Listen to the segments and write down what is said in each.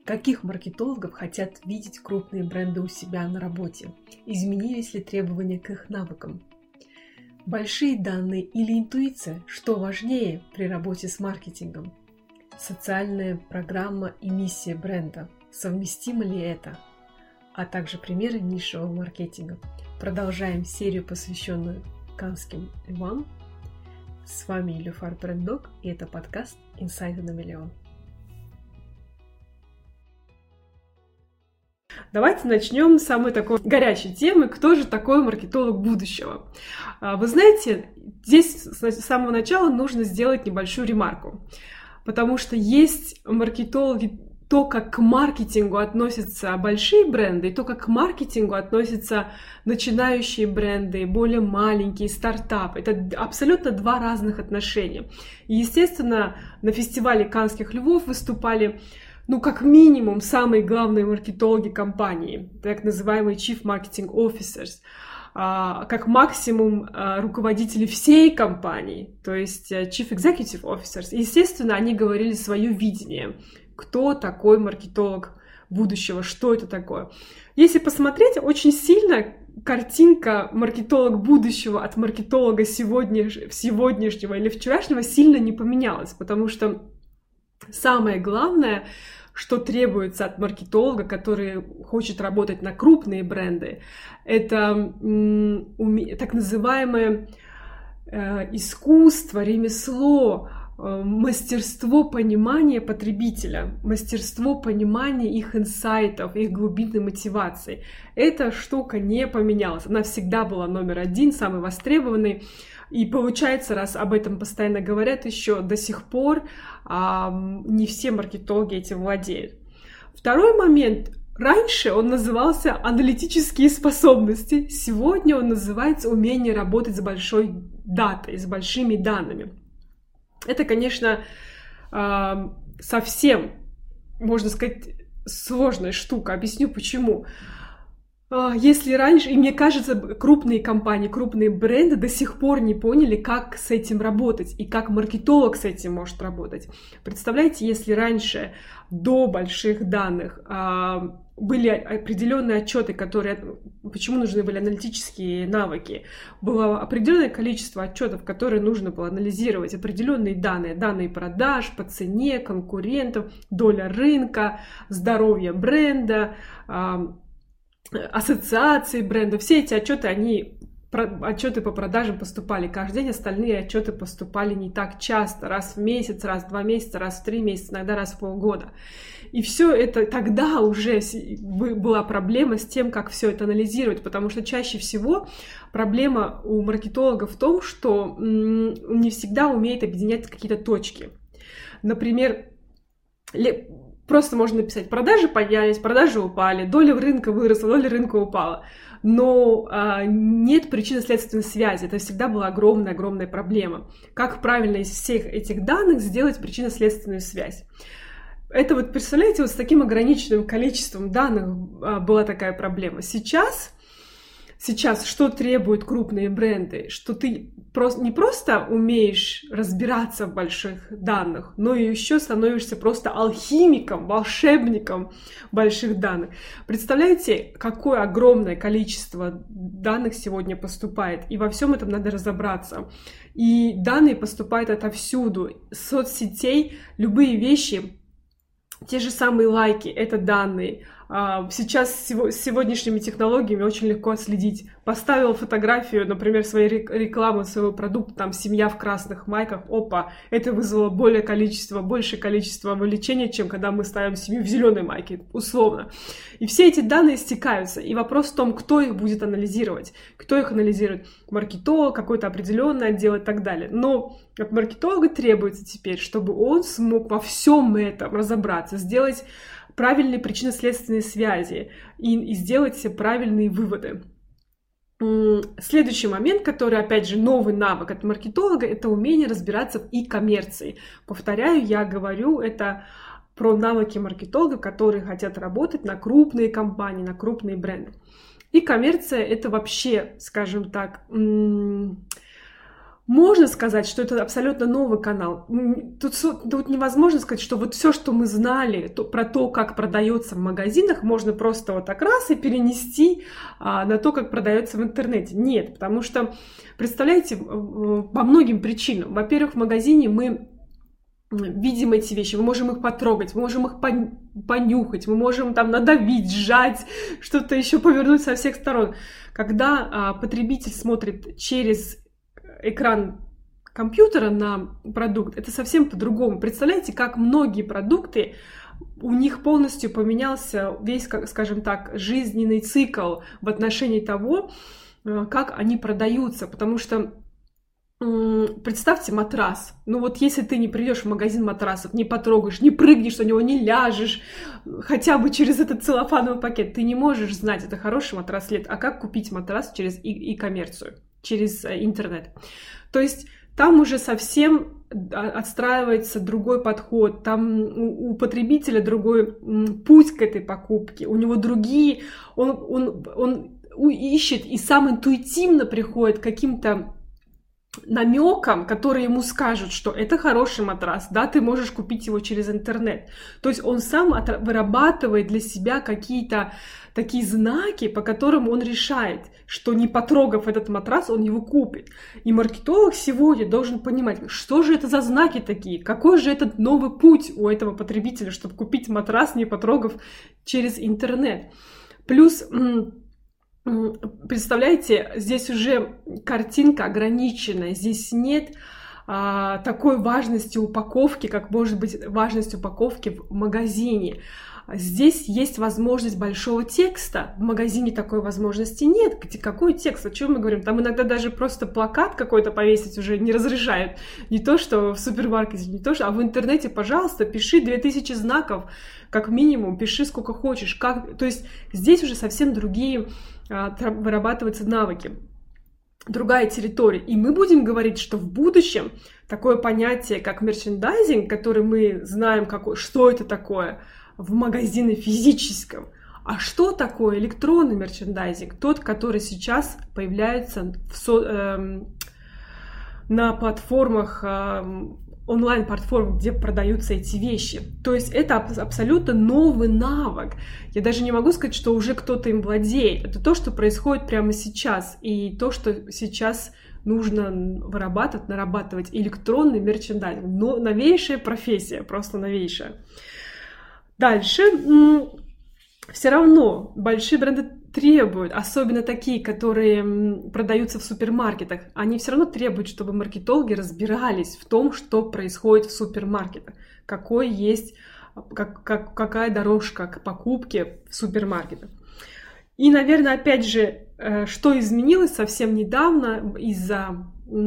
Каких маркетологов хотят видеть крупные бренды у себя на работе? Изменились ли требования к их навыкам? Большие данные или интуиция? Что важнее при работе с маркетингом? Социальная программа и миссия бренда. Совместимо ли это? А также примеры нишевого маркетинга. Продолжаем серию, посвященную Каннским львам. С вами Илюфар Бренддог, и это подкаст «Инсайды на миллион». Давайте начнем с самой такой горячей темы. Кто же такой маркетолог будущего? Вы знаете, здесь с самого начала нужно сделать небольшую ремарку, потому что есть маркетологи, то, как к маркетингу относятся большие бренды, и то, как к маркетингу относятся начинающие бренды, более маленькие, стартапы. Это абсолютно два разных отношения. И, естественно, на фестивале Каннских львов выступали как минимум, самые главные маркетологи компании, так называемые Chief Marketing Officers, как максимум руководители всей компании, то есть Chief Executive Officers. Естественно, они говорили свое видение, кто такой маркетолог будущего, что это такое. Если посмотреть, очень сильно картинка маркетолог будущего от маркетолога сегодняшнего или вчерашнего сильно не поменялась, потому что самое главное, что требуется от маркетолога, который хочет работать на крупные бренды, это так называемое искусство, ремесло, мастерство понимания потребителя, мастерство понимания их инсайтов, их глубинной мотивации. Эта штука не поменялась. Она всегда была номер один, самый востребованный. И получается, раз об этом постоянно говорят, еще до сих пор не все маркетологи этим владеют. Второй момент. Раньше он назывался аналитические способности. Сегодня он называется умение работать с большой датой, с большими данными. Это, конечно, совсем, можно сказать, сложная штука. Объясню почему. Если раньше, и мне кажется, крупные компании, крупные бренды до сих пор не поняли, как с этим работать и как маркетолог с этим может работать. Представляете, если раньше до больших данных были определенные отчеты, почему нужны были аналитические навыки, было определенное количество отчетов, которые нужно было анализировать, определенные данные продаж по цене, конкурентов, доля рынка, здоровье бренда, ассоциации бренда. Все эти отчеты, отчеты по продажам поступали каждый день, остальные отчеты поступали не так часто, раз в месяц, раз в 2 месяца, раз в 3 месяца, иногда раз в полгода. И все это тогда уже была проблема с тем, как все это анализировать, потому что чаще всего проблема у маркетолога в том, что он не всегда умеет объединять какие-то точки. Например, просто можно написать: продажи поднялись, продажи упали, доля рынка выросла, доля рынка упала. Но нет причинно-следственной связи. Это всегда была огромная проблема. Как правильно из всех этих данных сделать причинно-следственную связь? Это представляете, с таким ограниченным количеством данных была такая проблема. Сейчас что требуют крупные бренды? Что ты не просто умеешь разбираться в больших данных, но и еще становишься просто алхимиком, волшебником больших данных. Представляете, какое огромное количество данных сегодня поступает, и во всем этом надо разобраться. И данные поступают отовсюду, соцсетей, любые вещи. Те же самые лайки — это данные. Сейчас с сегодняшними технологиями очень легко отследить. Поставил фотографию, например, своей рекламы своего продукта, там семья в красных майках, опа, это вызвало большее количество вовлечения, чем когда мы ставим семью в зеленой майке, условно. И все эти данные стекаются. И вопрос в том, кто их будет анализировать. Кто их анализирует? Маркетолог, какой-то определенный отдел и так далее. Но от маркетолога требуется теперь, чтобы он смог во всем этом разобраться, сделать правильные причинно-следственные связи и сделать все правильные выводы. Следующий момент, который, опять же, новый навык от маркетолога, это умение разбираться в e-коммерции. Повторяю, я говорю это про навыки маркетолога, которые хотят работать на крупные компании, на крупные бренды. И коммерция — это вообще, скажем так, Можно сказать, что это абсолютно новый канал. Тут невозможно сказать, что вот все, что мы знали про то, как продается в магазинах, можно просто вот так раз и перенести на то, как продается в интернете. Нет, потому что, представляете, по многим причинам. Во-первых, в магазине мы видим эти вещи, мы можем их потрогать, мы можем их понюхать, мы можем там надавить, сжать, что-то еще повернуть со всех сторон. Когда потребитель смотрит через экран компьютера на продукт, это совсем по-другому. Представляете, как многие продукты, у них полностью поменялся весь, скажем так, жизненный цикл в отношении того, как они продаются, потому что представьте матрас. Ну вот если ты не придешь в магазин матрасов, не потрогаешь, не прыгнешь на него, не ляжешь, хотя бы через этот целлофановый пакет, ты не можешь знать, это хороший матрас или нет. А как купить матрас через и-коммерцию, через интернет? То есть там уже совсем отстраивается другой подход, там у потребителя другой путь к этой покупке, у него другие, он ищет и сам интуитивно приходит к каким-то намекам, которые ему скажут, что это хороший матрас, да, ты можешь купить его через интернет. То есть он сам вырабатывает для себя какие-то такие знаки, по которым он решает, что не потрогав этот матрас, он его купит. И маркетолог сегодня должен понимать, что же это за знаки такие, какой же этот новый путь у этого потребителя, чтобы купить матрас, не потрогав через интернет. Плюс представляете, здесь уже картинка ограниченная, здесь нет такой важности упаковки, как может быть важность упаковки в магазине. Здесь есть возможность большого текста, в магазине такой возможности нет. Какой текст? О чем мы говорим? Там иногда даже просто плакат какой-то повесить уже не разрешают. Не то, что в супермаркете, не то, что... А в интернете, пожалуйста, пиши 2000 знаков, как минимум, пиши сколько хочешь. То есть здесь уже совсем другие вырабатываются навыки, другая территория. И мы будем говорить, что в будущем такое понятие, как мерчендайзинг, который мы знаем, что это такое в магазине физическом, а что такое электронный мерчендайзинг, тот, который сейчас появляется на платформах, онлайн-платформ, где продаются эти вещи. То есть это абсолютно новый навык. Я даже не могу сказать, что уже кто-то им владеет. Это то, что происходит прямо сейчас. И то, что сейчас нужно нарабатывать электронный мерчендайзинг. Но новейшая профессия, просто новейшая. Дальше. Все равно большие бренды требуют, особенно такие, которые продаются в супермаркетах, они все равно требуют, чтобы маркетологи разбирались в том, что происходит в супермаркетах, какая дорожка к покупке в супермаркетах. И, наверное, опять же, что изменилось совсем недавно из-за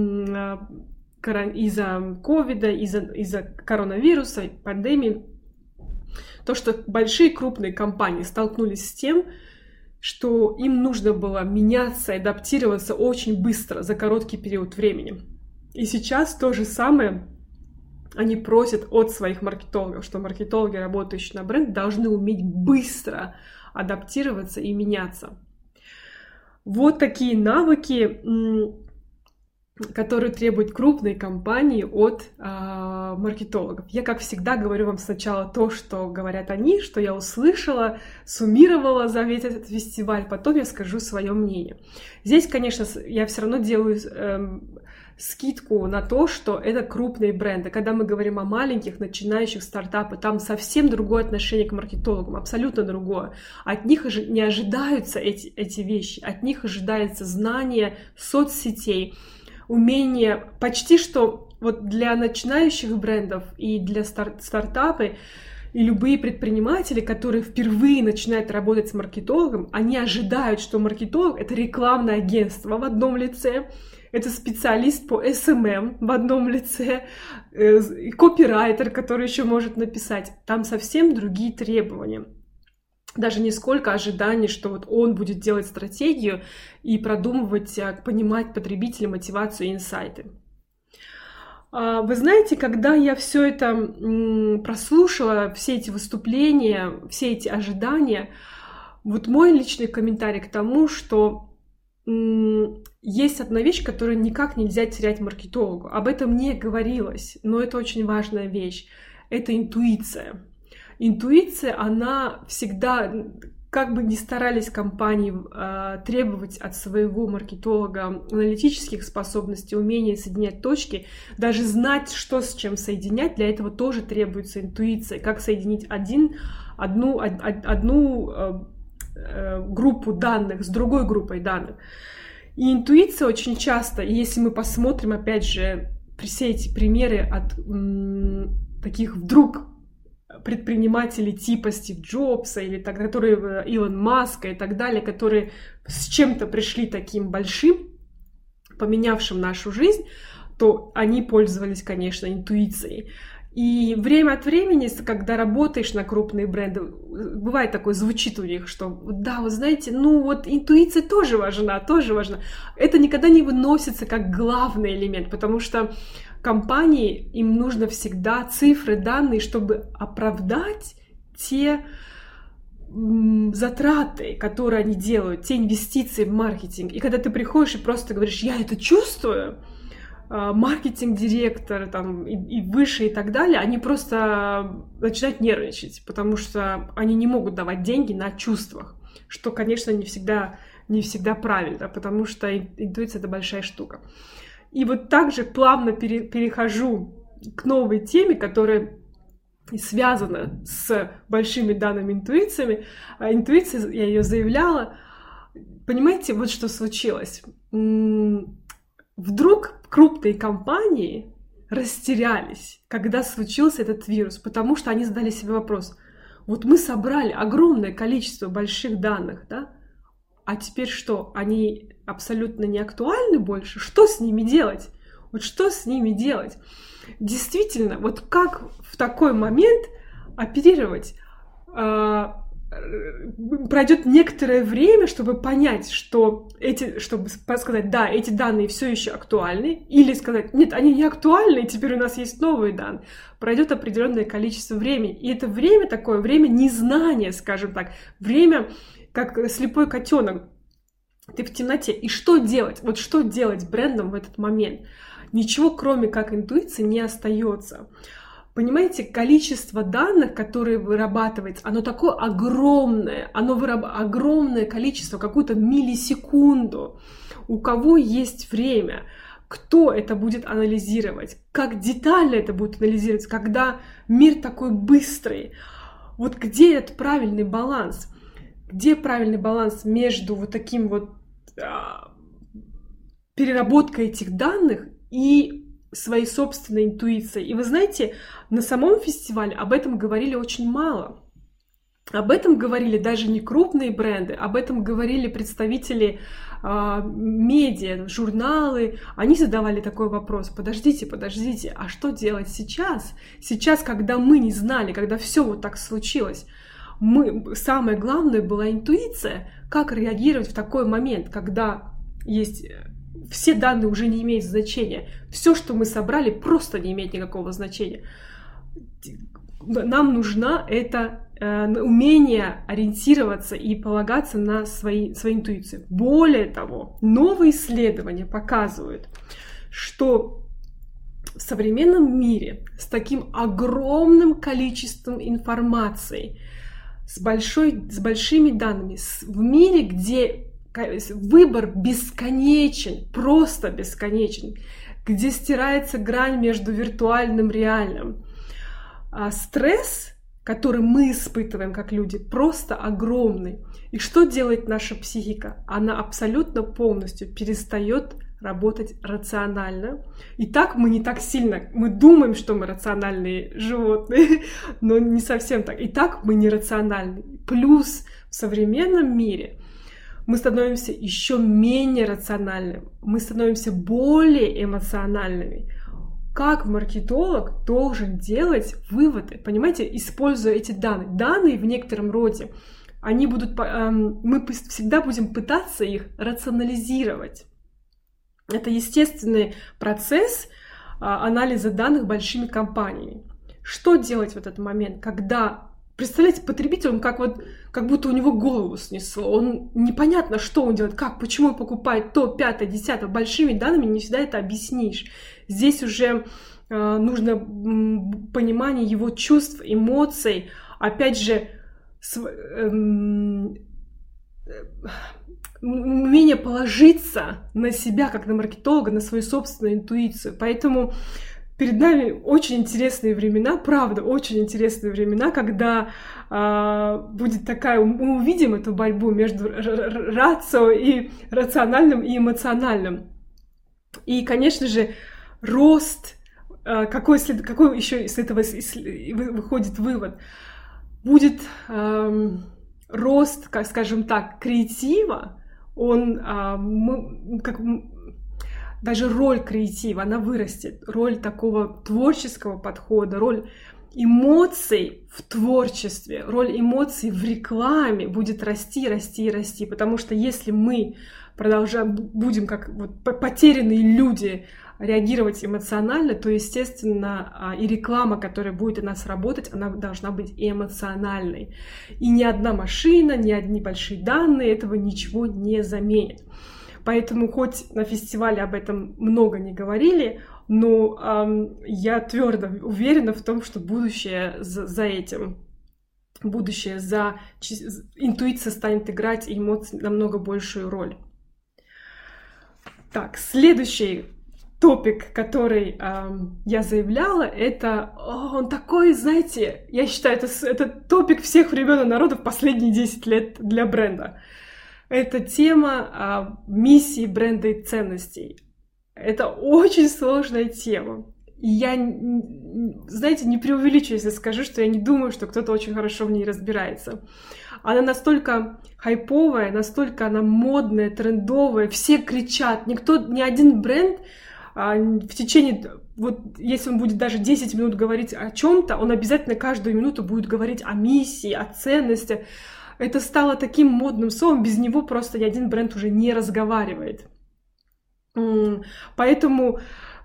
ковида, из-за коронавируса, пандемии, то, что большие крупные компании столкнулись с тем, что им нужно было меняться и адаптироваться очень быстро, за короткий период времени. И сейчас то же самое они просят от своих маркетологов, что маркетологи, работающие на бренд, должны уметь быстро адаптироваться и меняться. Вот такие навыки, которые требуют крупные компании от маркетологов. Я, как всегда, говорю вам сначала то, что говорят они, что я услышала, суммировала за весь этот фестиваль, потом я скажу свое мнение. Здесь, конечно, я все равно делаю скидку на то, что это крупные бренды. Когда мы говорим о маленьких, начинающих стартапах, там совсем другое отношение к маркетологам, абсолютно другое. От них не ожидаются эти вещи, от них ожидается знание соцсетей, умение почти что вот для начинающих брендов и для стартапы и любые предприниматели, которые впервые начинают работать с маркетологом, они ожидают, что маркетолог — это рекламное агентство в одном лице, это специалист по SMM в одном лице, копирайтер, который еще может написать. Там совсем другие требования. Даже не сколько ожиданий, что вот он будет делать стратегию и продумывать, понимать потребителя, мотивацию и инсайты. Вы знаете, когда я все это прослушала, все эти выступления, все эти ожидания, вот мой личный комментарий к тому, что есть одна вещь, которую никак нельзя терять маркетологу. Об этом не говорилось, но это очень важная вещь. Это интуиция. Интуиция, она всегда, как бы ни старались компании требовать от своего маркетолога аналитических способностей, умения соединять точки, даже знать, что с чем соединять, для этого тоже требуется интуиция. Как соединить одну группу данных с другой группой данных. И интуиция очень часто, и если мы посмотрим, опять же, все эти примеры от таких вдруг предпринимателей типа Стив Джобса, или которые Илон Маска и так далее, которые с чем-то пришли таким большим, поменявшим нашу жизнь, то они пользовались, конечно, интуицией. И время от времени, когда работаешь на крупные бренды, бывает такое, звучит у них, что да, вы знаете, ну вот интуиция тоже важна, тоже важна. Это никогда не выносится как главный элемент, потому что компании, им нужно всегда цифры, данные, чтобы оправдать те затраты, которые они делают, те инвестиции в маркетинг. И когда ты приходишь и просто говоришь, я это чувствую, маркетинг-директор там, и выше и так далее, они просто начинают нервничать, потому что они не могут давать деньги на чувствах, что, конечно, не всегда правильно, потому что интуиция — это большая штука. И вот также плавно перехожу к новой теме, которая связана с большими данными интуициями. Интуиция, я ее заявляла. Понимаете, вот что случилось. Вдруг крупные компании растерялись, когда случился этот вирус, потому что они задали себе вопрос. Вот мы собрали огромное количество больших данных, да? А теперь что? Они абсолютно не актуальны больше? Что с ними делать? Вот что с ними делать? Действительно, вот как в такой момент оперировать? Пройдет некоторое время, чтобы понять, чтобы сказать, да, эти данные все еще актуальны, или сказать, нет, они не актуальны, и теперь у нас есть новые данные. Пройдет определенное количество времени. И это время такое, время незнания, скажем так, время, как слепой котенок. Ты в темноте. И что делать? Вот что делать брендам в этот момент? Ничего, кроме как интуиции, не остается. Понимаете, количество данных, которые вырабатывается, оно такое огромное, огромное количество, какую-то миллисекунду. У кого есть время? Кто это будет анализировать? Как детально это будет анализировать, когда мир такой быстрый? Вот где этот правильный баланс? Где правильный баланс между вот таким вот переработкой этих данных и своей собственной интуицией? И вы знаете, на самом фестивале об этом говорили очень мало. Об этом говорили даже не крупные бренды, об этом говорили представители медиа, журналы. Они задавали такой вопрос: подождите, а что делать сейчас? Сейчас, когда мы не знали, когда все вот так случилось, самое главное была интуиция, как реагировать в такой момент, когда есть все данные уже не имеют значения, все, что мы собрали, просто не имеет никакого значения. Нам нужно это умение ориентироваться и полагаться на свои интуиции. Более того, новые исследования показывают, что в современном мире с таким огромным количеством информации, с большими данными, в мире, где выбор бесконечен, просто бесконечен, где стирается грань между виртуальным и реальным, стресс, который мы испытываем как люди, просто огромный. И что делает наша психика? Она абсолютно полностью перестает работать рационально. И так мы не так сильно, мы думаем, что мы рациональные животные, но не совсем так. И так мы нерациональны. Плюс в современном мире мы становимся еще менее рациональными, мы становимся более эмоциональными. Как маркетолог должен делать выводы, понимаете, используя эти данные? Данные в некотором роде, мы всегда будем пытаться их рационализировать. Это естественный процесс анализа данных большими компаниями. Что делать в этот момент, когда представляете, потребитель, он как будто у него голову снесло. Он непонятно, что он делает, как, почему он покупает то, пятое, десятое. Большими данными не всегда это объяснишь. Здесь уже нужно понимание его чувств, эмоций. Опять же, умение положиться на себя, как на маркетолога, на свою собственную интуицию. Поэтому перед нами очень интересные времена, правда, очень интересные времена, когда будет такая, мы увидим эту борьбу между рацио и рациональным и эмоциональным. И, конечно же, рост, какой еще из этого выходит вывод? Будет рост, как скажем так, креатива, даже роль креатива, она вырастет, роль такого творческого подхода, роль эмоций в творчестве, роль эмоций в рекламе будет расти, расти и расти, потому что если мы будем как потерянные люди реагировать эмоционально, то, естественно, и реклама, которая будет у нас работать, она должна быть эмоциональной. И ни одна машина, ни одни большие данные этого ничего не заменит. Поэтому хоть на фестивале об этом много не говорили, но я твердо уверена в том, что будущее за этим. Будущее за интуиция станет играть и эмоции намного большую роль. Так, следующий топик, который я заявляла, это он такой, знаете, я считаю, это топик всех времен и народов последние 10 лет для бренда. Это тема миссии бренда и ценностей. Это очень сложная тема. И я, знаете, не преувеличу, если скажу, что я не думаю, что кто-то очень хорошо в ней разбирается. Она настолько хайповая, настолько она модная, трендовая, все кричат. Ни один бренд в течение, если он будет даже 10 минут говорить о чем-то, он обязательно каждую минуту будет говорить о миссии, о ценности. Это стало таким модным словом, без него просто ни один бренд уже не разговаривает. Поэтому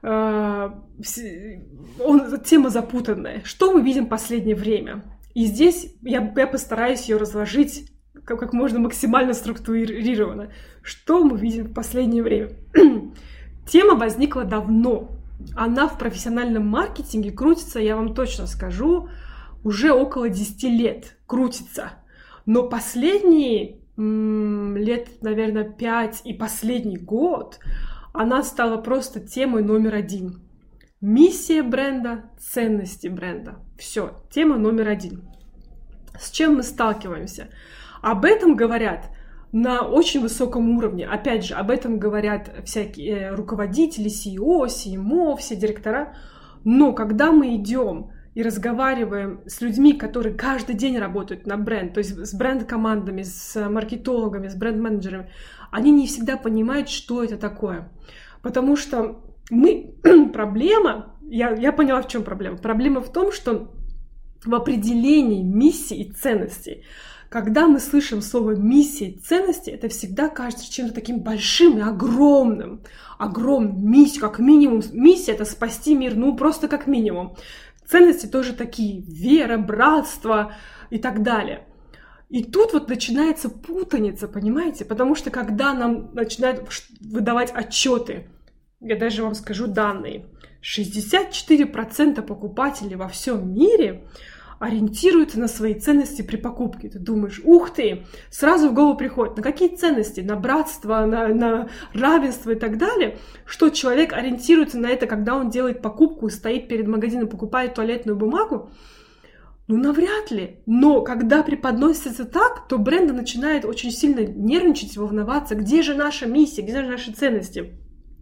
тема запутанная. Что мы видим в последнее время? И здесь я постараюсь ее разложить как можно максимально структурированно. Что мы видим в последнее время? Тема возникла давно. Она в профессиональном маркетинге крутится, я вам точно скажу, уже около 10 лет крутится. Но последние лет, наверное, 5 и последний год она стала просто темой номер 1. Миссия бренда, ценности бренда. Все, тема номер 1. С чем мы сталкиваемся? Об этом говорят на очень высоком уровне. Опять же, об этом говорят всякие руководители, CEO, CMO, все директора. Но когда мы идем и разговариваем с людьми, которые каждый день работают на бренд, то есть с бренд-командами, с маркетологами, с бренд-менеджерами, они не всегда понимают, что это такое. Потому что проблема, я поняла, в чем проблема. Проблема в том, что в определении миссии и ценностей, когда мы слышим слово миссия и ценности, это всегда кажется чем-то таким большим и огромным. Миссия, как минимум. Миссия — это спасти мир, просто как минимум. Ценности тоже такие: вера, братство и так далее. И тут начинается путаница, понимаете? Потому что когда нам начинают выдавать отчеты, я даже вам скажу данные, 64% покупателей во всем мире ориентируются на свои ценности при покупке. Ты думаешь, ух ты, сразу в голову приходит, на какие ценности? На братство, на равенство и так далее, что человек ориентируется на это, когда он делает покупку и стоит перед магазином, покупает туалетную бумагу. Навряд ли. Но когда преподносится так, то бренды начинают очень сильно нервничать, волноваться. Где же наша миссия, где же наши ценности?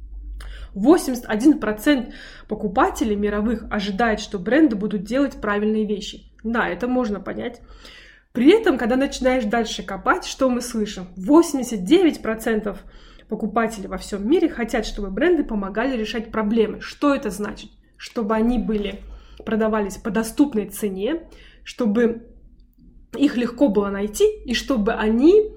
81% покупателей мировых ожидает, что бренды будут делать правильные вещи. Да, это можно понять. При этом, когда начинаешь дальше копать, что мы слышим? 89% покупателей во всем мире хотят, чтобы бренды помогали решать проблемы. Что это значит? Чтобы они продавались по доступной цене, чтобы их легко было найти, и чтобы они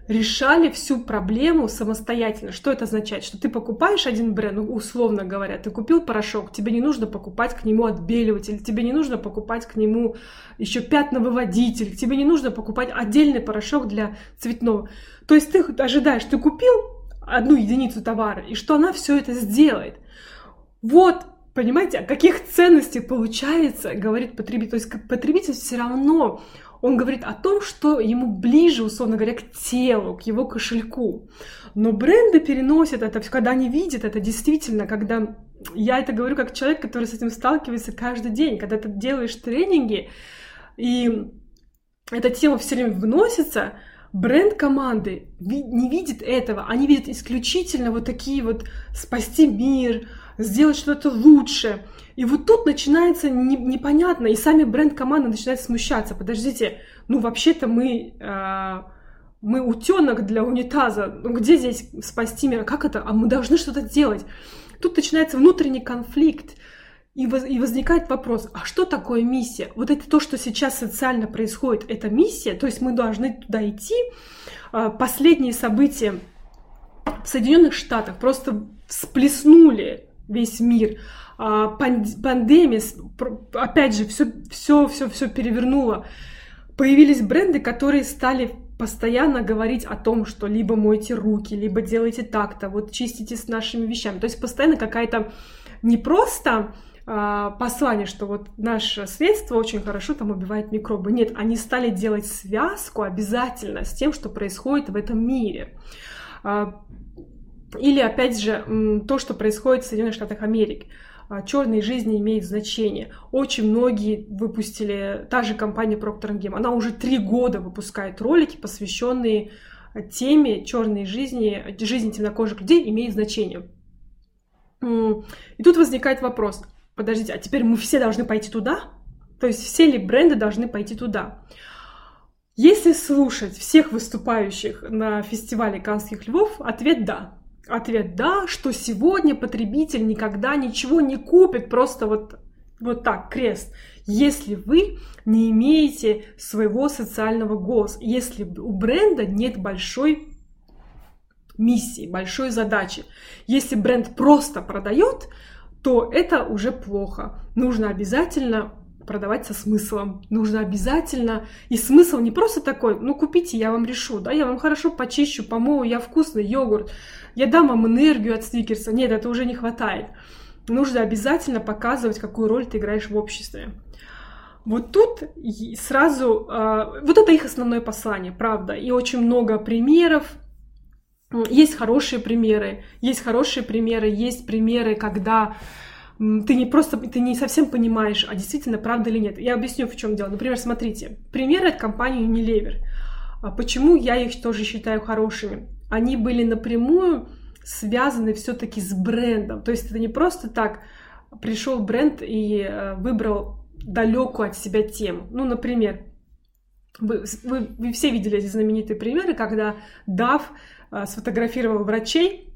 решали всю проблему самостоятельно. Что это означает? Что ты покупаешь один бренд, ну, условно говоря, ты купил порошок, тебе не нужно покупать к нему отбеливатель, тебе не нужно покупать к нему еще пятновыводитель, тебе не нужно покупать отдельный порошок для цветного. То есть ты ожидаешь, ты купил одну единицу товара, и что она все это сделает. Вот, понимаете, о каких ценностях получается, говорит потребитель. То есть потребитель все равно, он говорит о том, что ему ближе, условно говоря, к телу, к его кошельку. Но бренды переносят это, когда они видят это действительно, когда... Я это говорю как человек, который с этим сталкивается каждый день. Когда ты делаешь тренинги, и эта тема все время вносится, бренд команды не видит этого. Они видят исключительно вот такие вот спасти мир, сделать что-то лучше. И вот тут начинается непонятно, и сами бренд-команды начинают смущаться. Подождите, ну вообще-то мы утенок для унитаза. Ну где здесь спасти мир? Как это? А мы должны что-то делать. Тут начинается внутренний конфликт. И возникает вопрос, а что такое миссия? Вот это то, что сейчас социально происходит, это миссия? То есть мы должны туда идти. Последние события в Соединенных Штатах просто всплеснули весь мир. Пандемия, опять же, все перевернуло. Появились бренды, которые стали постоянно говорить о том, что либо мойте руки, либо делайте так-то, вот чистите с нашими вещами. То есть постоянно какая-то не просто послание, что вот наше средство очень хорошо там убивает микробы. Нет, они стали делать связку обязательно с тем, что происходит в этом мире. Или, опять же, то, что происходит в Соединенных Штатах Америки. Черные жизни имеют значение. Очень многие выпустили, та же компания Procter & Gamble, она уже 3 года выпускает ролики, посвященные теме черной жизни темнокожих людей имеет значение. И тут возникает вопрос, подождите, а теперь мы все должны пойти туда? То есть все ли бренды должны пойти туда? Если слушать всех выступающих на фестивале Каннских львов, ответ «да». Ответ «да», что сегодня потребитель никогда ничего не купит, просто вот так, крест, если вы не имеете своего социального голоса, если у бренда нет большой миссии, большой задачи. Если бренд просто продает, то это уже плохо. Нужно обязательно продавать со смыслом. Нужно обязательно... И смысл не просто такой, ну купите, я вам решу, да, я вам хорошо почищу, помою, я вкусный йогурт, я дам вам энергию от Сникерса. Нет, это уже не хватает. Нужно обязательно показывать, какую роль ты играешь в обществе. Вот тут сразу... Вот это их основное послание, правда. И очень много примеров. Есть хорошие примеры, есть примеры, когда ты не совсем понимаешь, а действительно правда или нет. Я объясню, в чем дело. Например, смотрите, примеры от компании Unilever. Почему я их тоже считаю хорошими? Они были напрямую связаны все-таки с брендом. То есть это не просто так пришел бренд и выбрал далекую от себя тему. Ну, например, вы все видели эти знаменитые примеры, когда Dove сфотографировал врачей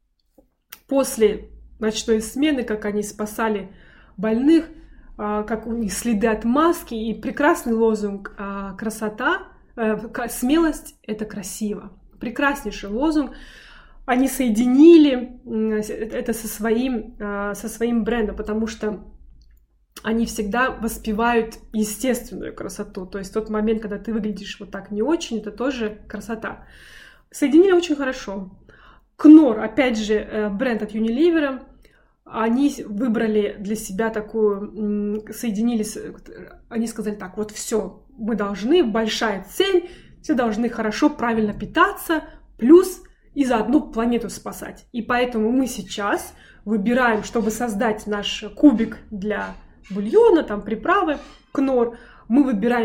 после ночной смены, как они спасали больных, как у них следы от маски, и прекрасный лозунг «Красота, смелость – это красиво». Прекраснейший лозунг. Они соединили это со своим брендом, потому что они всегда воспевают естественную красоту. То есть тот момент, когда ты выглядишь вот так не очень, это тоже красота. Соединили очень хорошо. Knorr, опять же, бренд от Unilever, они выбрали для себя такую, соединились, они сказали так, вот все, мы должны, большая цель, все должны хорошо, правильно питаться, плюс и заодно планету спасать. И поэтому мы сейчас выбираем, чтобы создать наш кубик для бульона, там приправы, Knorr, мы выбрали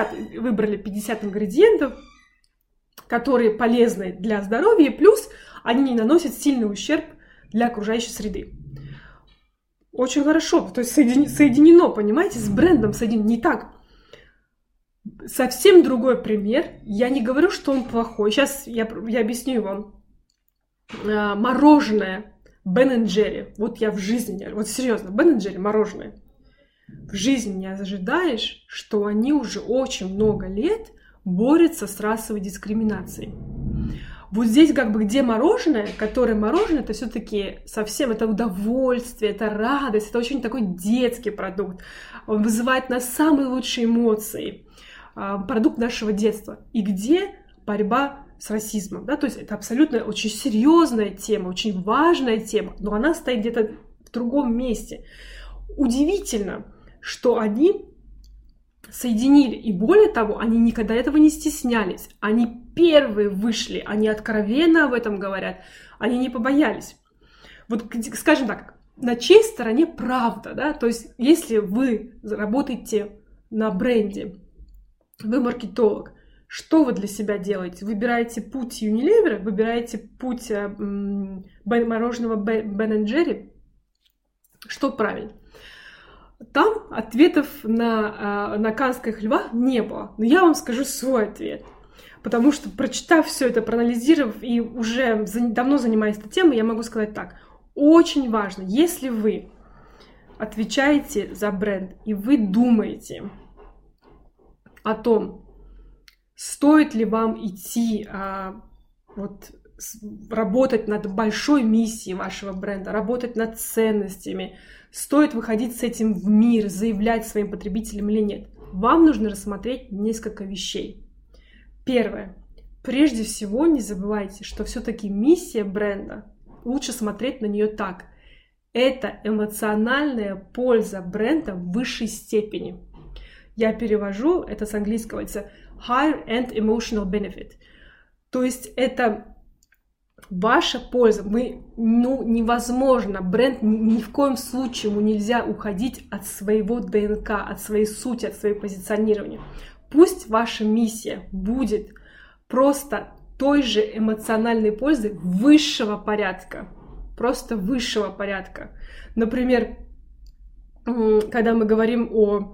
50 ингредиентов, которые полезны для здоровья, плюс они не наносят сильный ущерб для окружающей среды. Очень хорошо, то есть соединено, понимаете, с брендом соединено. Не так. Совсем другой пример. Я не говорю, что он плохой. Сейчас я объясню вам. Мороженое Ben & Jerry. Вот я в жизни, вот серьезно, Ben & Jerry мороженое. В жизни не ожидаешь, что они уже очень много лет борются с расовой дискриминацией. Вот здесь как бы где мороженое, которое мороженое, это все-таки совсем это удовольствие, это радость, это очень такой детский продукт. Он вызывает нас самые лучшие эмоции, продукт нашего детства. И где борьба с расизмом, да, то есть это абсолютно очень серьезная тема, очень важная тема, но она стоит где-то в другом месте. Удивительно, что они соединили, и более того, они никогда этого не стеснялись, они первые вышли, они откровенно об этом говорят, они не побоялись. Вот, скажем так, на чьей стороне правда, да, то есть если вы работаете на бренде, вы маркетолог, что вы для себя делаете? Выбираете путь Unilever, выбираете путь мороженого Ben & Jerry? Что правильно? Там ответов на каннских львах не было. Но я вам скажу свой ответ. Потому что, прочитав все это, проанализировав и уже давно занимаясь этой темой, я могу сказать так. Очень важно, если вы отвечаете за бренд, и вы думаете о том, стоит ли вам идти работать над большой миссией вашего бренда, работать над ценностями, стоит выходить с этим в мир, заявлять своим потребителям или нет, вам нужно рассмотреть несколько вещей. Первое. Прежде всего, не забывайте, что все-таки миссия бренда, лучше смотреть на нее так. Это эмоциональная польза бренда в высшей степени. Я перевожу это с английского, это higher end emotional benefit. То есть это ваша польза. Невозможно, бренд ни в коем случае ему нельзя уходить от своего ДНК, от своей сути, от своего позиционирования. Пусть ваша миссия будет просто той же эмоциональной пользы высшего порядка. Просто высшего порядка. Например, когда мы говорим о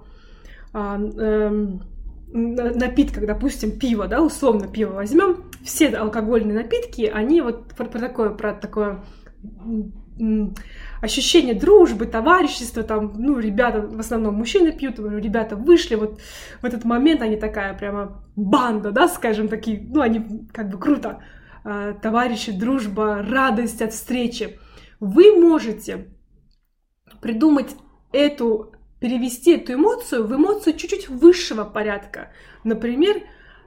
напитках, допустим, пиво, да, условно пиво возьмем, все алкогольные напитки, они вот про такое ощущение дружбы, товарищества, там, ребята, в основном мужчины пьют, ребята вышли, вот в этот момент они такая прямо банда, да, скажем, такие, они как бы круто, товарищи, дружба, радость от встречи. Вы можете придумать перевести эту эмоцию в эмоцию чуть-чуть высшего порядка. Например,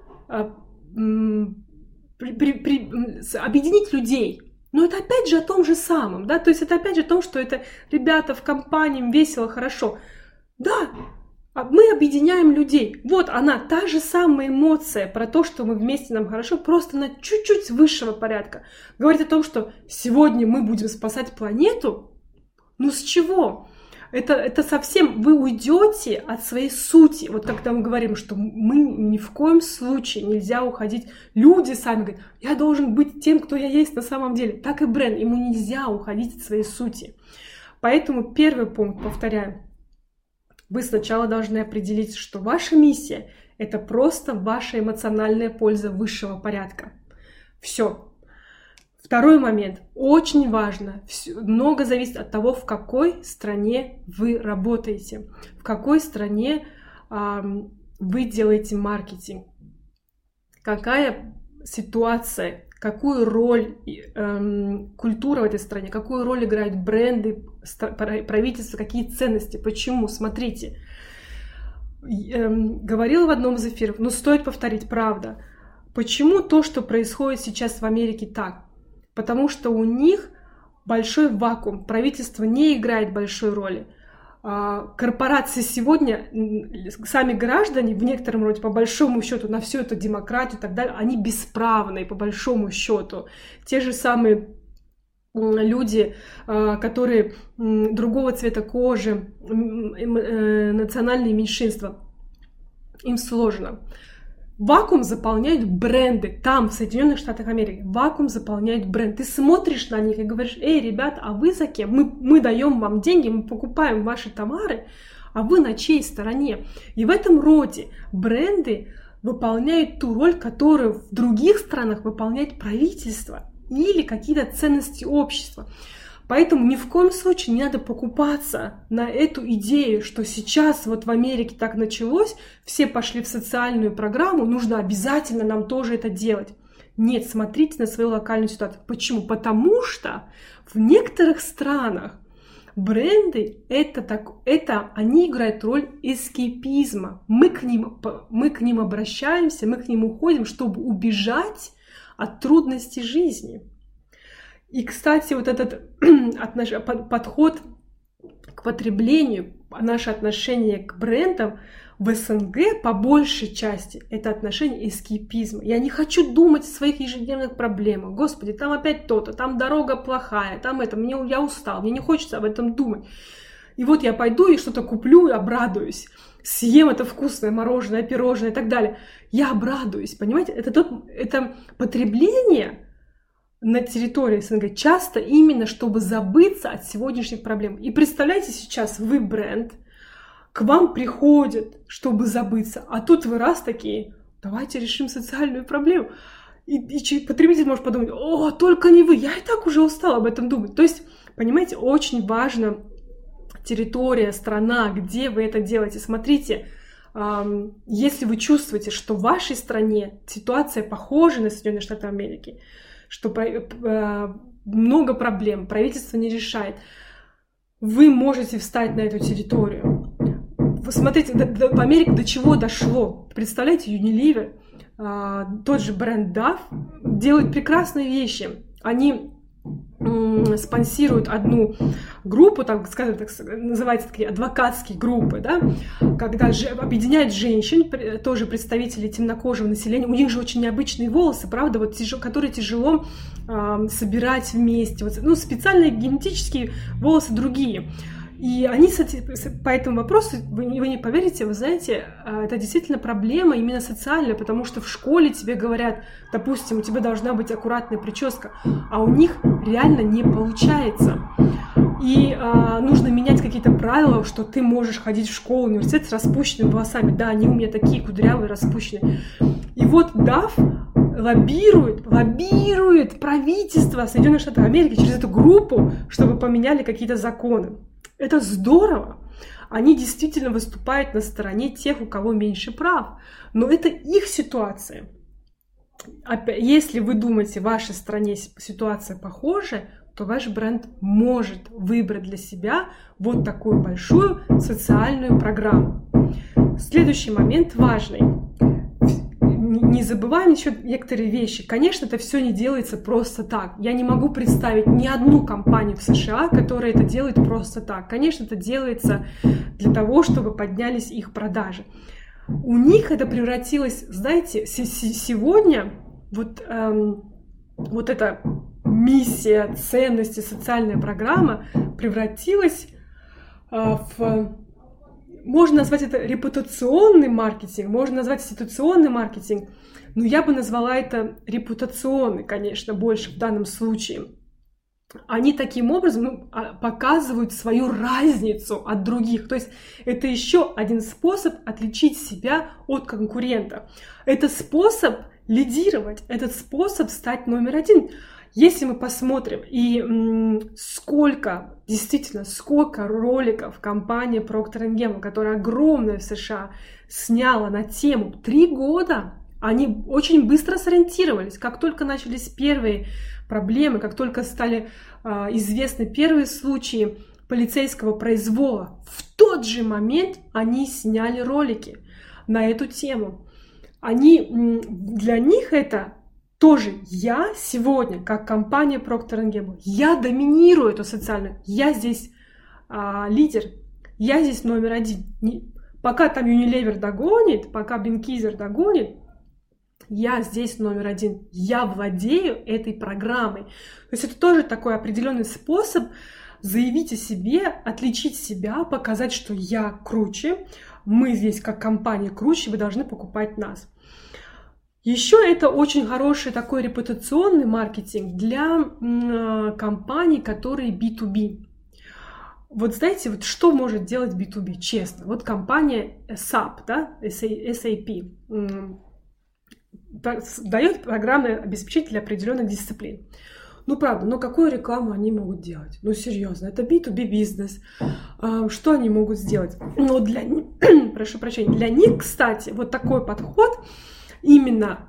объединить людей. Но это опять же о том же самом, да, то есть это опять же о том, что это ребята в компании, им весело, хорошо. Да, мы объединяем людей. Вот она, та же самая эмоция про то, что мы вместе, нам хорошо, просто на чуть-чуть высшего порядка. Говорит о том, что сегодня мы будем спасать планету, с чего? Это совсем вы уйдете от своей сути. Вот когда мы говорим, что мы ни в коем случае нельзя уходить. Люди сами говорят, я должен быть тем, кто я есть на самом деле. Так и бренд, ему нельзя уходить от своей сути. Поэтому первый пункт, повторяю, вы сначала должны определить, что ваша миссия – это просто ваша эмоциональная польза высшего порядка. Все. Второй момент. Очень важно. Много зависит от того, в какой стране вы работаете, в какой стране вы делаете маркетинг. Какая ситуация, какую роль культура в этой стране, какую роль играют бренды, правительство, какие ценности. Почему? Смотрите. Говорила в одном из эфиров, но стоит повторить, правда. Почему то, что происходит сейчас в Америке, так? Потому что у них большой вакуум, правительство не играет большой роли. Корпорации сегодня, сами граждане, в некотором роде, по большому счету, на всю эту демократию и так далее, они бесправные, по большому счету. Те же самые люди, которые другого цвета кожи, национальные меньшинства, им сложно. Вакуум заполняют бренды. Там, в Соединенных Штатах Америки, вакуум заполняют бренды. Ты смотришь на них и говоришь, ребята, а вы за кем? Мы даем вам деньги, мы покупаем ваши товары, а вы на чьей стороне? И в этом роде бренды выполняют ту роль, которую в других странах выполняет правительство или какие-то ценности общества. Поэтому ни в коем случае не надо покупаться на эту идею, что сейчас вот в Америке так началось, все пошли в социальную программу, нужно обязательно нам тоже это делать. Нет, смотрите на свою локальную ситуацию. Почему? Потому что в некоторых странах бренды они играют роль эскейпизма. Мы к ним обращаемся, мы к ним уходим, чтобы убежать от трудностей жизни. И, кстати, вот этот подход к потреблению, наше отношение к брендам в СНГ по большей части это отношение эскейпизма. Я не хочу думать о своих ежедневных проблемах. Господи, там опять то-то, там дорога плохая, там это, я устал, мне не хочется об этом думать. И вот я пойду и что-то куплю и обрадуюсь. Съем это вкусное мороженое, пирожное и так далее. Я обрадуюсь, понимаете? Это потребление на территории СНГ часто именно, чтобы забыться от сегодняшних проблем. И представляете, сейчас вы бренд, к вам приходят, чтобы забыться, а тут вы раз такие, давайте решим социальную проблему. И потребитель может подумать, о, только не вы, я и так уже устала об этом думать. То есть, понимаете, очень важна территория, страна, где вы это делаете. Смотрите, если вы чувствуете, что в вашей стране ситуация похожа на Соединенные Штаты Америки, что много проблем, правительство не решает, вы можете встать на эту территорию. Вы смотрите, в Америке до чего дошло. Представляете, Unilever, тот же бренд Dove, делают прекрасные вещи. Они спонсируют одну группу, так скажем, называется такие адвокатские группы, да, когда объединяют женщин, тоже представителей темнокожего населения. У них же очень необычные волосы, правда, вот, которые тяжело собирать вместе. Вот, ну, специальные генетические волосы другие. И они по этому вопросу, вы не поверите, вы знаете, это действительно проблема именно социальная, потому что в школе тебе говорят, допустим, у тебя должна быть аккуратная прическа, а у них реально не получается. И нужно менять какие-то правила, что ты можешь ходить в школу, университет с распущенными волосами. Да, они у меня такие кудрявые, распущенные. И вот Dove лоббирует правительство Соединенных Штатов Америки через эту группу, чтобы поменяли какие-то законы. Это здорово. Они действительно выступают на стороне тех, у кого меньше прав. Но это их ситуация. Если вы думаете, в вашей стране ситуация похожа, то ваш бренд может выбрать для себя вот такую большую социальную программу. Следующий момент важный. Не забываем еще некоторые вещи. Конечно, это все не делается просто так. Я не могу представить ни одну компанию в США, которая это делает просто так. Конечно, это делается для того, чтобы поднялись их продажи. У них это превратилось, знаете, сегодня вот эта миссия, ценности, социальная программа превратилась в... Можно назвать это репутационный маркетинг, можно назвать институционный маркетинг, но я бы назвала это репутационный, конечно, больше в данном случае. Они таким образом показывают свою разницу от других. То есть это еще один способ отличить себя от конкурента. Это способ лидировать, этот способ стать номер один. Если мы посмотрим, и сколько роликов компания Procter & Gamble, которая огромная в США, сняла на тему 3 года, они очень быстро сориентировались. Как только начались первые проблемы, как только стали известны первые случаи полицейского произвола, в тот же момент они сняли ролики на эту тему. Для них это... Тоже я сегодня, как компания Procter & Gamble, я доминирую эту социальную, я здесь лидер, я здесь номер один. Пока там Unilever догонит, пока Benckiser догонит, я здесь номер один, я владею этой программой. То есть это тоже такой определенный способ заявить о себе, отличить себя, показать, что я круче, мы здесь как компания круче, вы должны покупать нас. Еще это очень хороший такой репутационный маркетинг для компаний, которые B2B. Вот знаете, вот что может делать B2B, честно? Вот компания SAP, да, SAP, дает программное обеспечение для определенных дисциплин. Ну, правда, но какую рекламу они могут делать? Ну, серьезно, это B2B бизнес. Что они могут сделать? Но прошу прощения, для них, кстати, вот такой подход именно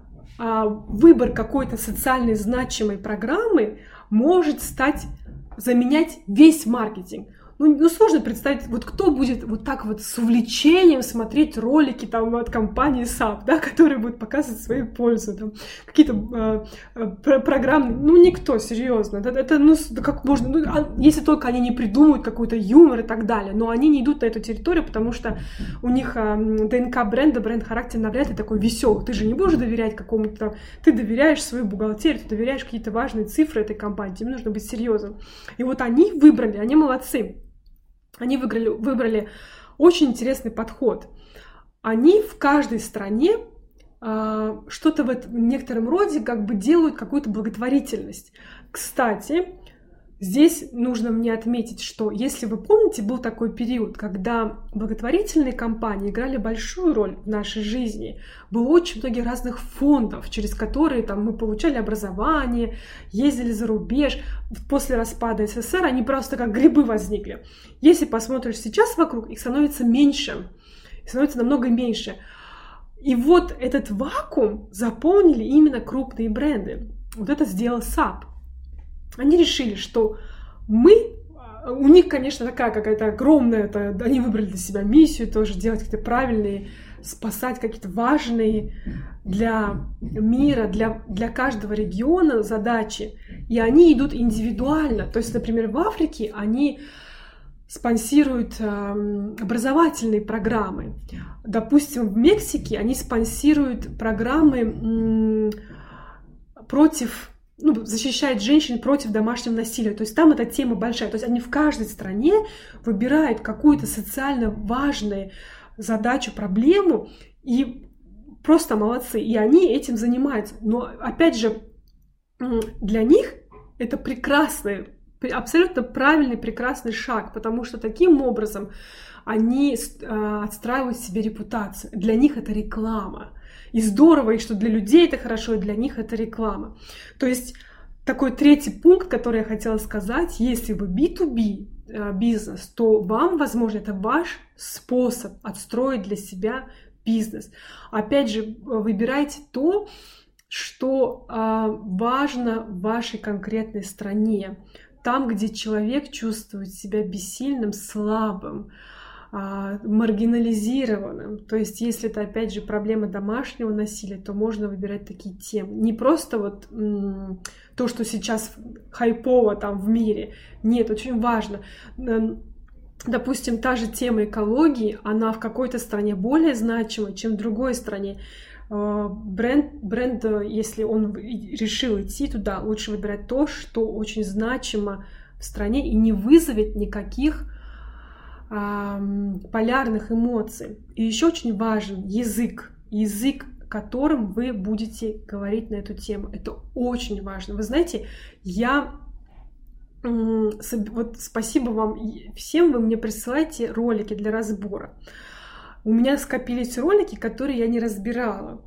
выбор какой-то социально значимой программы может заменять весь маркетинг. Ну, сложно представить, вот кто будет вот так вот с увлечением смотреть ролики там от компании SAP, да, которые будут показывать свою пользу, там, какие-то программы, ну, никто, серьезно, это ну, как можно, если только они не придумают какой-то юмор и так далее, но они не идут на эту территорию, потому что у них ДНК бренда, бренд-характер навряд ли такой веселый, ты же не будешь доверять какому-то там, ты доверяешь свою бухгалтерию, ты доверяешь какие-то важные цифры этой компании, тебе нужно быть серьезным. И вот они выбрали, они молодцы. Они выбрали очень интересный подход. Они в каждой стране что-то в некотором роде как бы делают какую-то благотворительность. Кстати, здесь нужно мне отметить, что, если вы помните, был такой период, когда благотворительные компании играли большую роль в нашей жизни. Было очень много разных фондов, через которые там, мы получали образование, ездили за рубеж. После распада СССР они просто как грибы возникли. Если посмотришь сейчас вокруг, их становится меньше, их становится намного меньше. И вот этот вакуум заполнили именно крупные бренды. Вот это сделал SAP. Они решили, что у них, конечно, такая какая-то огромная, они выбрали для себя миссию тоже делать какие-то правильные, спасать какие-то важные для мира, для каждого региона задачи. И они идут индивидуально. То есть, например, в Африке они спонсируют образовательные программы. Допустим, в Мексике они спонсируют программы защищает женщин против домашнего насилия. То есть там эта тема большая. То есть они в каждой стране выбирают какую-то социально важную задачу, проблему, и просто молодцы. И они этим занимаются. Но, опять же, для них это прекрасный, абсолютно правильный, прекрасный шаг, потому что таким образом они отстраивают себе репутацию. Для них это реклама. И здорово, и что для людей это хорошо, и для них это реклама. То есть такой третий пункт, который я хотела сказать, если вы B2B бизнес, то вам, возможно, это ваш способ отстроить для себя бизнес. Опять же, выбирайте то, что важно в вашей конкретной стране. Там, где человек чувствует себя бессильным, слабым, маргинализированным. То есть, если это, опять же, проблема домашнего насилия, то можно выбирать такие темы. Не просто вот то, что сейчас хайпово там в мире. Нет, очень важно. Допустим, та же тема экологии, она в какой-то стране более значима, чем в другой стране. Бренд, если он решил идти туда, лучше выбирать то, что очень значимо в стране и не вызовет никаких полярных эмоций. И еще очень важен язык, которым вы будете говорить на эту тему. Это очень важно. Вы знаете, вот спасибо вам всем, вы мне присылаете ролики для разбора. У меня скопились ролики, которые я не разбирала.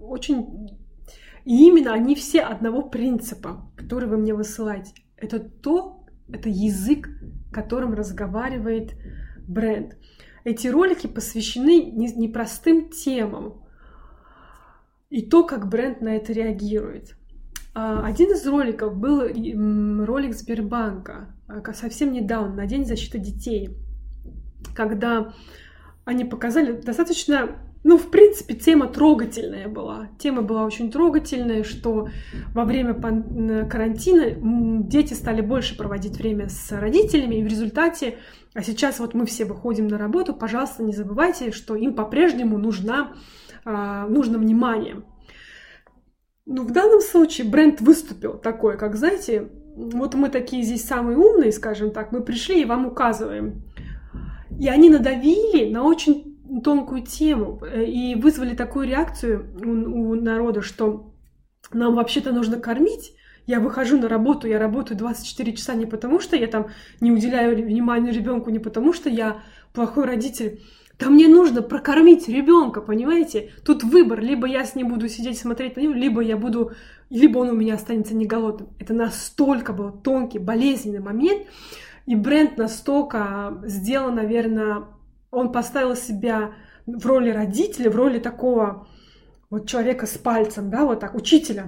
И именно они все одного принципа, который вы мне высылаете. Это язык, которым разговаривает бренд. Эти ролики посвящены непростым темам и то, как бренд на это реагирует. Один из роликов был ролик Сбербанка совсем недавно, на День защиты детей, когда они показали достаточно, в принципе, тема трогательная была. Тема была очень трогательная, что во время карантина дети стали больше проводить время с родителями, и в результате, а сейчас вот мы все выходим на работу, пожалуйста, не забывайте, что им по-прежнему нужно внимание. Но в данном случае бренд выступил такой, как, знаете, вот мы такие здесь самые умные, скажем так, мы пришли и вам указываем. И они надавили на очень тонкую тему и вызвали такую реакцию у народа, что нам вообще-то нужно кормить. Я выхожу на работу, я работаю 24 часа не потому, что я там не уделяю внимания ребенку, не потому, что я плохой родитель. Да мне нужно прокормить ребенка, понимаете? Тут выбор, либо я с ним буду сидеть смотреть на него, либо он у меня останется не голодным. Это настолько был тонкий, болезненный момент, и бренд настолько сделал, наверное, он поставил себя в роли родителя, в роли такого вот человека с пальцем, да, вот так, учителя.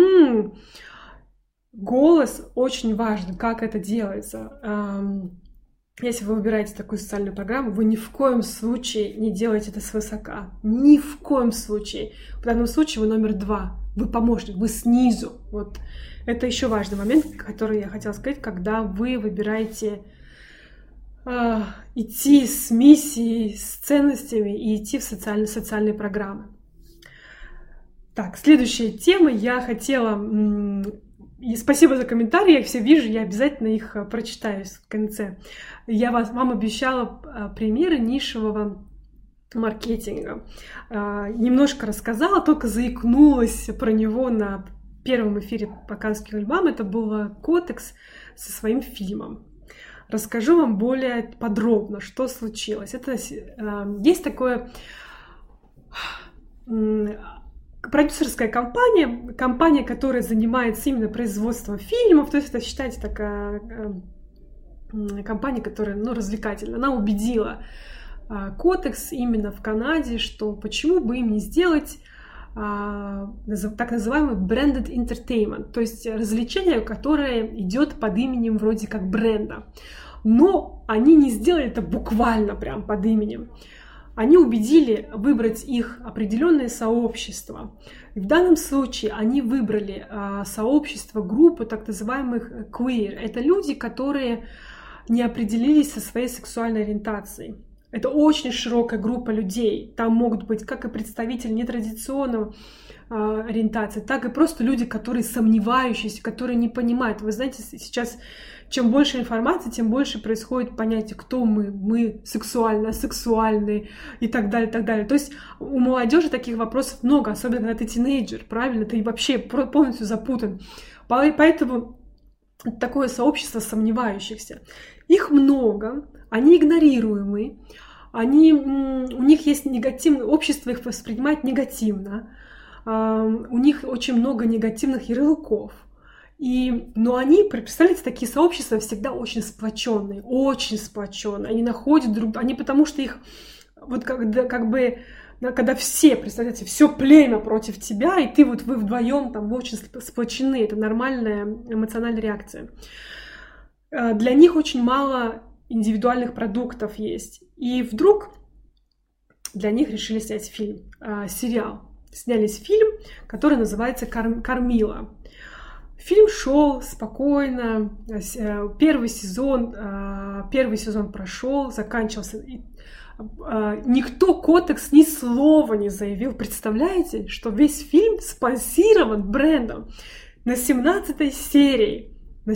Голос очень важен, как это делается. Если вы выбираете такую социальную программу, вы ни в коем случае не делаете это свысока. Ни в коем случае. В данном случае вы номер 2. Вы помощник, вы снизу. Вот это еще важный момент, который я хотела сказать, когда вы выбираете идти с миссией, с ценностями и идти в социальные программы. Так, следующая тема. Я хотела... И спасибо за комментарии, я их все вижу, я обязательно их прочитаю в конце. Я вам обещала примеры нишевого маркетинга. Немножко рассказала, только заикнулась про него на первом эфире по Каннским львам. Это был Котекс со своим фильмом. Расскажу вам более подробно, что случилось. Это есть такое... продюсерская компания, которая занимается именно производством фильмов, то есть это, считайте, такая компания, которая, развлекательная. Она убедила Котекс именно в Канаде, что почему бы им не сделать так называемый branded entertainment, то есть развлечение, которое идет под именем вроде как бренда. Но они не сделали это буквально прям под именем. Они убедили выбрать их определенное сообщество. И в данном случае они выбрали сообщество, группу так называемых queer. Это люди, которые не определились со своей сексуальной ориентацией. Это очень широкая группа людей. Там могут быть как и представители нетрадиционной ориентации, так и просто люди, которые сомневающиеся, которые не понимают. Вы знаете, сейчас чем больше информации, тем больше происходит понятие, кто мы сексуальны, асексуальны и так далее, и так далее. То есть у молодежи таких вопросов много, особенно когда ты тинейджер, правильно? Ты вообще полностью запутан. Поэтому такое сообщество сомневающихся. Их много, они игнорируемы, у них есть негативное, общество их воспринимает негативно, у них очень много негативных ярлыков. Но они, представляете, такие сообщества всегда очень сплоченные. Они находят друг друга, потому что их, вот когда все, представляете, все племя против тебя, и вы вдвоем там очень сплочены, это нормальная эмоциональная реакция. Для них очень мало индивидуальных продуктов есть. И вдруг для них решили снять сериал. Снялись фильм, который называется «Кармила». Фильм шел спокойно, первый сезон прошел, заканчивался. Никто, Котекс, ни слова не заявил. Представляете, что весь фильм спонсирован брендом на 17-й серии.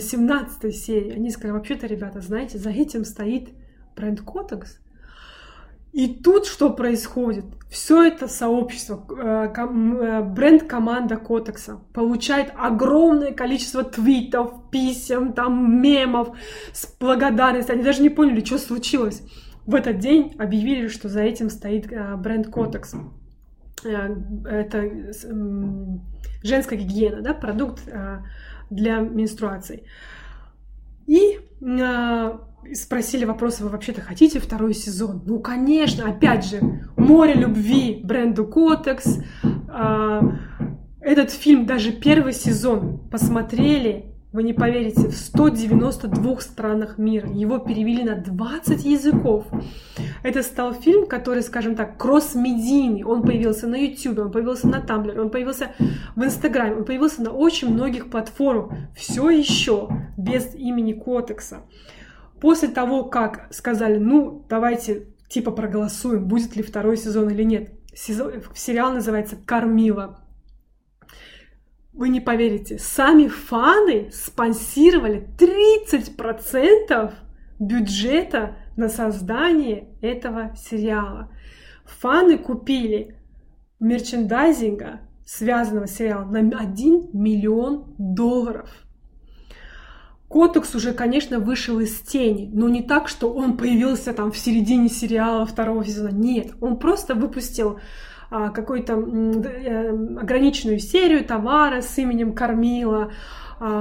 Они сказали, вообще-то, ребята, знаете, за этим стоит бренд Котекс. И тут что происходит? Все это сообщество, бренд-команда Котекса получает огромное количество твитов, писем, мемов с благодарностью. Они даже не поняли, что случилось. В этот день объявили, что за этим стоит бренд Котекс. Это женская гигиена, да, продукт для менструаций. И спросили вопрос, вы вообще-то хотите второй сезон? Ну, конечно, опять же, море любви бренду Котекс. Этот фильм, даже первый сезон, посмотрели, вы не поверите, в 192 странах мира. Его перевели на 20 языков. Это стал фильм, который, скажем так, кросс-медийный. Он появился на YouTube, он появился на Tumblr, он появился в Instagram, он появился на очень многих платформах. Все еще без имени Котекса. После того, как сказали, давайте проголосуем, будет ли второй сезон или нет. Сериал называется «Кармила». Вы не поверите, сами фаны спонсировали 30% бюджета на создание этого сериала. Фаны купили мерчендайзинга, связанного с сериалом, на $1 миллион. Котекс уже, конечно, вышел из тени, но не так, что он появился в середине сериала второго сезона. Нет, он просто выпустил какую-то ограниченную серию товара с именем Кармила.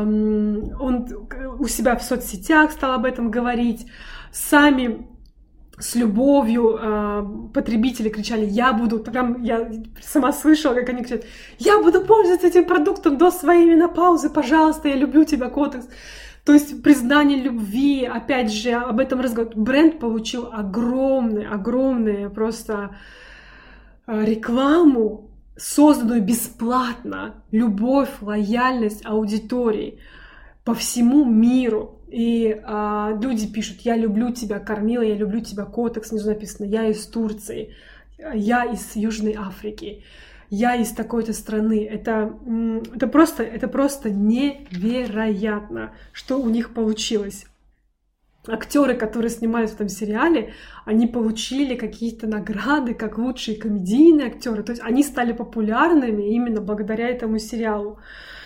Он у себя в соцсетях стал об этом говорить. Сами с любовью потребители кричали: я буду, прям я сама слышала, как они кричат: я буду пользоваться этим продуктом до своей менопаузы, пожалуйста, я люблю тебя, Котекс. То есть признание любви, опять же, об этом разговор. Бренд получил огромную просто рекламу, созданную бесплатно, любовь, лояльность аудитории по всему миру. И люди пишут: я люблю тебя, Кармила, я люблю тебя, Котекс. Снизу написано: я из Турции, я из Южной Африки, я из такой-то страны. Это просто невероятно, что у них получилось. Актеры, которые снимались в этом сериале, они получили какие-то награды как лучшие комедийные актеры. То есть они стали популярными именно благодаря этому сериалу.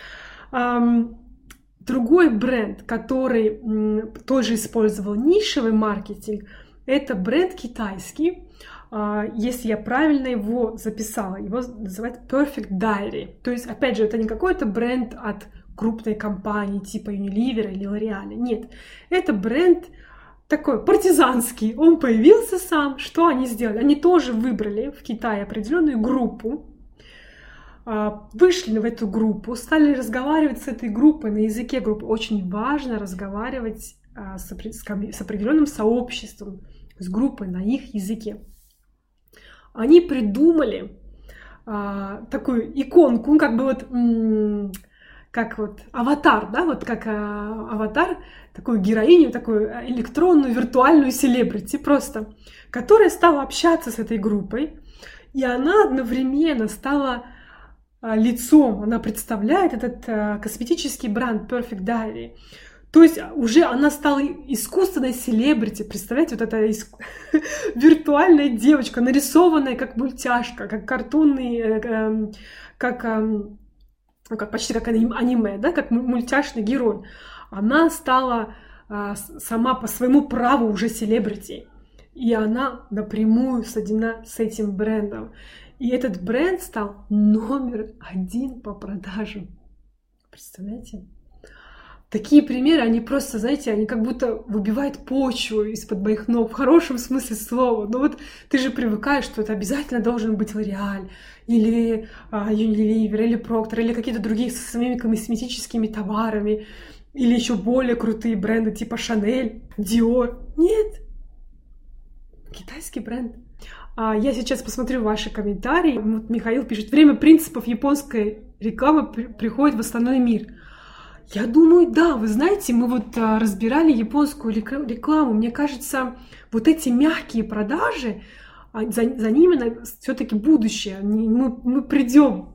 Другой бренд, который тоже использовал нишевый маркетинг, это бренд китайский. Если я правильно его записала, его называют Perfect Diary. То есть, опять же, это не какой-то бренд от крупной компании типа Unilever или L'Oreal. Нет, это бренд такой партизанский. Он появился сам. Что они сделали? Они тоже выбрали в Китае определенную группу, вышли в эту группу, стали разговаривать с этой группой на языке группы. Очень важно разговаривать с определенным сообществом, с группой на их языке. Они придумали такую иконку, как бы вот, как вот аватар, да, вот как аватар, такую героиню, такую электронную, виртуальную селебрити просто, которая стала общаться с этой группой, и она одновременно стала лицом, она представляет этот косметический бренд Perfect Diary. То есть уже она стала искусственной селебрити. Представляете, вот эта виртуальная девочка, нарисованная как мультяшка, как картунный, почти как аниме, да, как мультяшный герой. Она стала сама по своему праву уже селебрити. И она напрямую соединена с этим брендом. И этот бренд стал номер 1 по продажам. Представляете? Такие примеры, они просто, знаете, они как будто выбивают почву из-под моих ног, в хорошем смысле слова. Но вот ты же привыкаешь, что это обязательно должен быть L'Oreal, или Unilever, или Procter, или какие-то другие со своими косметическими товарами, или еще более крутые бренды типа Chanel, Dior. Нет. Китайский бренд. Я сейчас посмотрю ваши комментарии. Вот Михаил пишет: время принципов японской рекламы приходит в остальной мир. Я думаю, да, вы знаете, мы вот разбирали японскую рекламу. Мне кажется, вот эти мягкие продажи, за ними все-таки будущее. Мы придем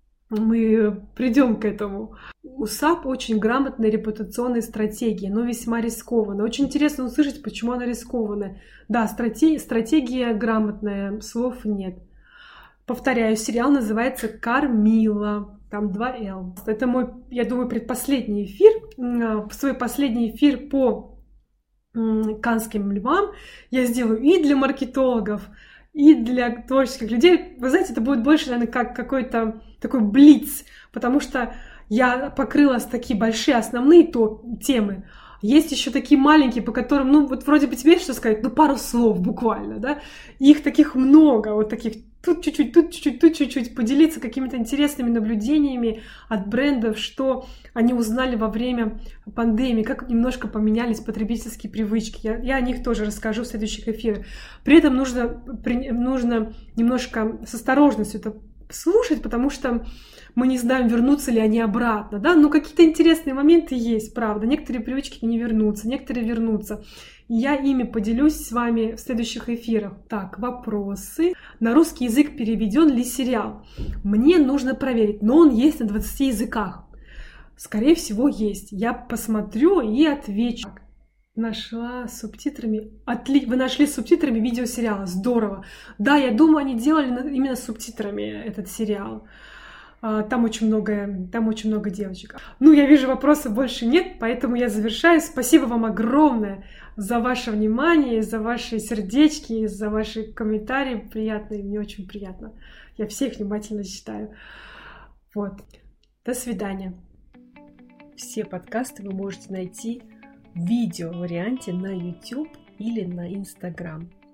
к этому. У САП очень грамотная репутационная стратегия, но весьма рискованная. Очень интересно услышать, почему она рискованная. Да, стратегия грамотная, слов нет. Повторяю, сериал называется «Кармила». Там 2 L. Это мой, я думаю, предпоследний эфир. Свой последний эфир по Каннским львам я сделаю и для маркетологов, и для творческих людей. Вы знаете, это будет больше, наверное, как какой-то такой блиц, потому что я покрыла такие большие основные темы. Есть еще такие маленькие, по которым, ну, вот вроде бы тебе есть что сказать, ну, пару слов буквально, да. И их таких много, вот таких тут чуть-чуть, тут чуть-чуть, тут чуть-чуть. Поделиться какими-то интересными наблюдениями от брендов, что они узнали во время пандемии, как немножко поменялись потребительские привычки. Я о них тоже расскажу в следующих эфирах. При этом нужно немножко с осторожностью это слушать, потому что мы не знаем, вернутся ли они обратно, да, но какие-то интересные моменты есть, правда. Некоторые привычки не вернутся, некоторые вернутся. Я ими поделюсь с вами в следующих эфирах. Так, вопросы. На русский язык переведен ли сериал? Мне нужно проверить, но он есть на 20 языках. Скорее всего, есть. Я посмотрю и отвечу. Нашла с субтитрами. Вы нашли с субтитрами видеосериала. Здорово. Да, я думаю, они делали именно с субтитрами этот сериал. Там очень много девочек. Ну, я вижу, вопросов больше нет, поэтому я завершаю. Спасибо вам огромное за ваше внимание, за ваши сердечки, за ваши комментарии приятные. Мне очень приятно. Я всех внимательно читаю. Вот. До свидания. Все подкасты вы можете найти в видео-варианте на YouTube или на Instagram.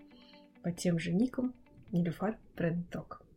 по тем же никам Нилюфар Бренд Ток.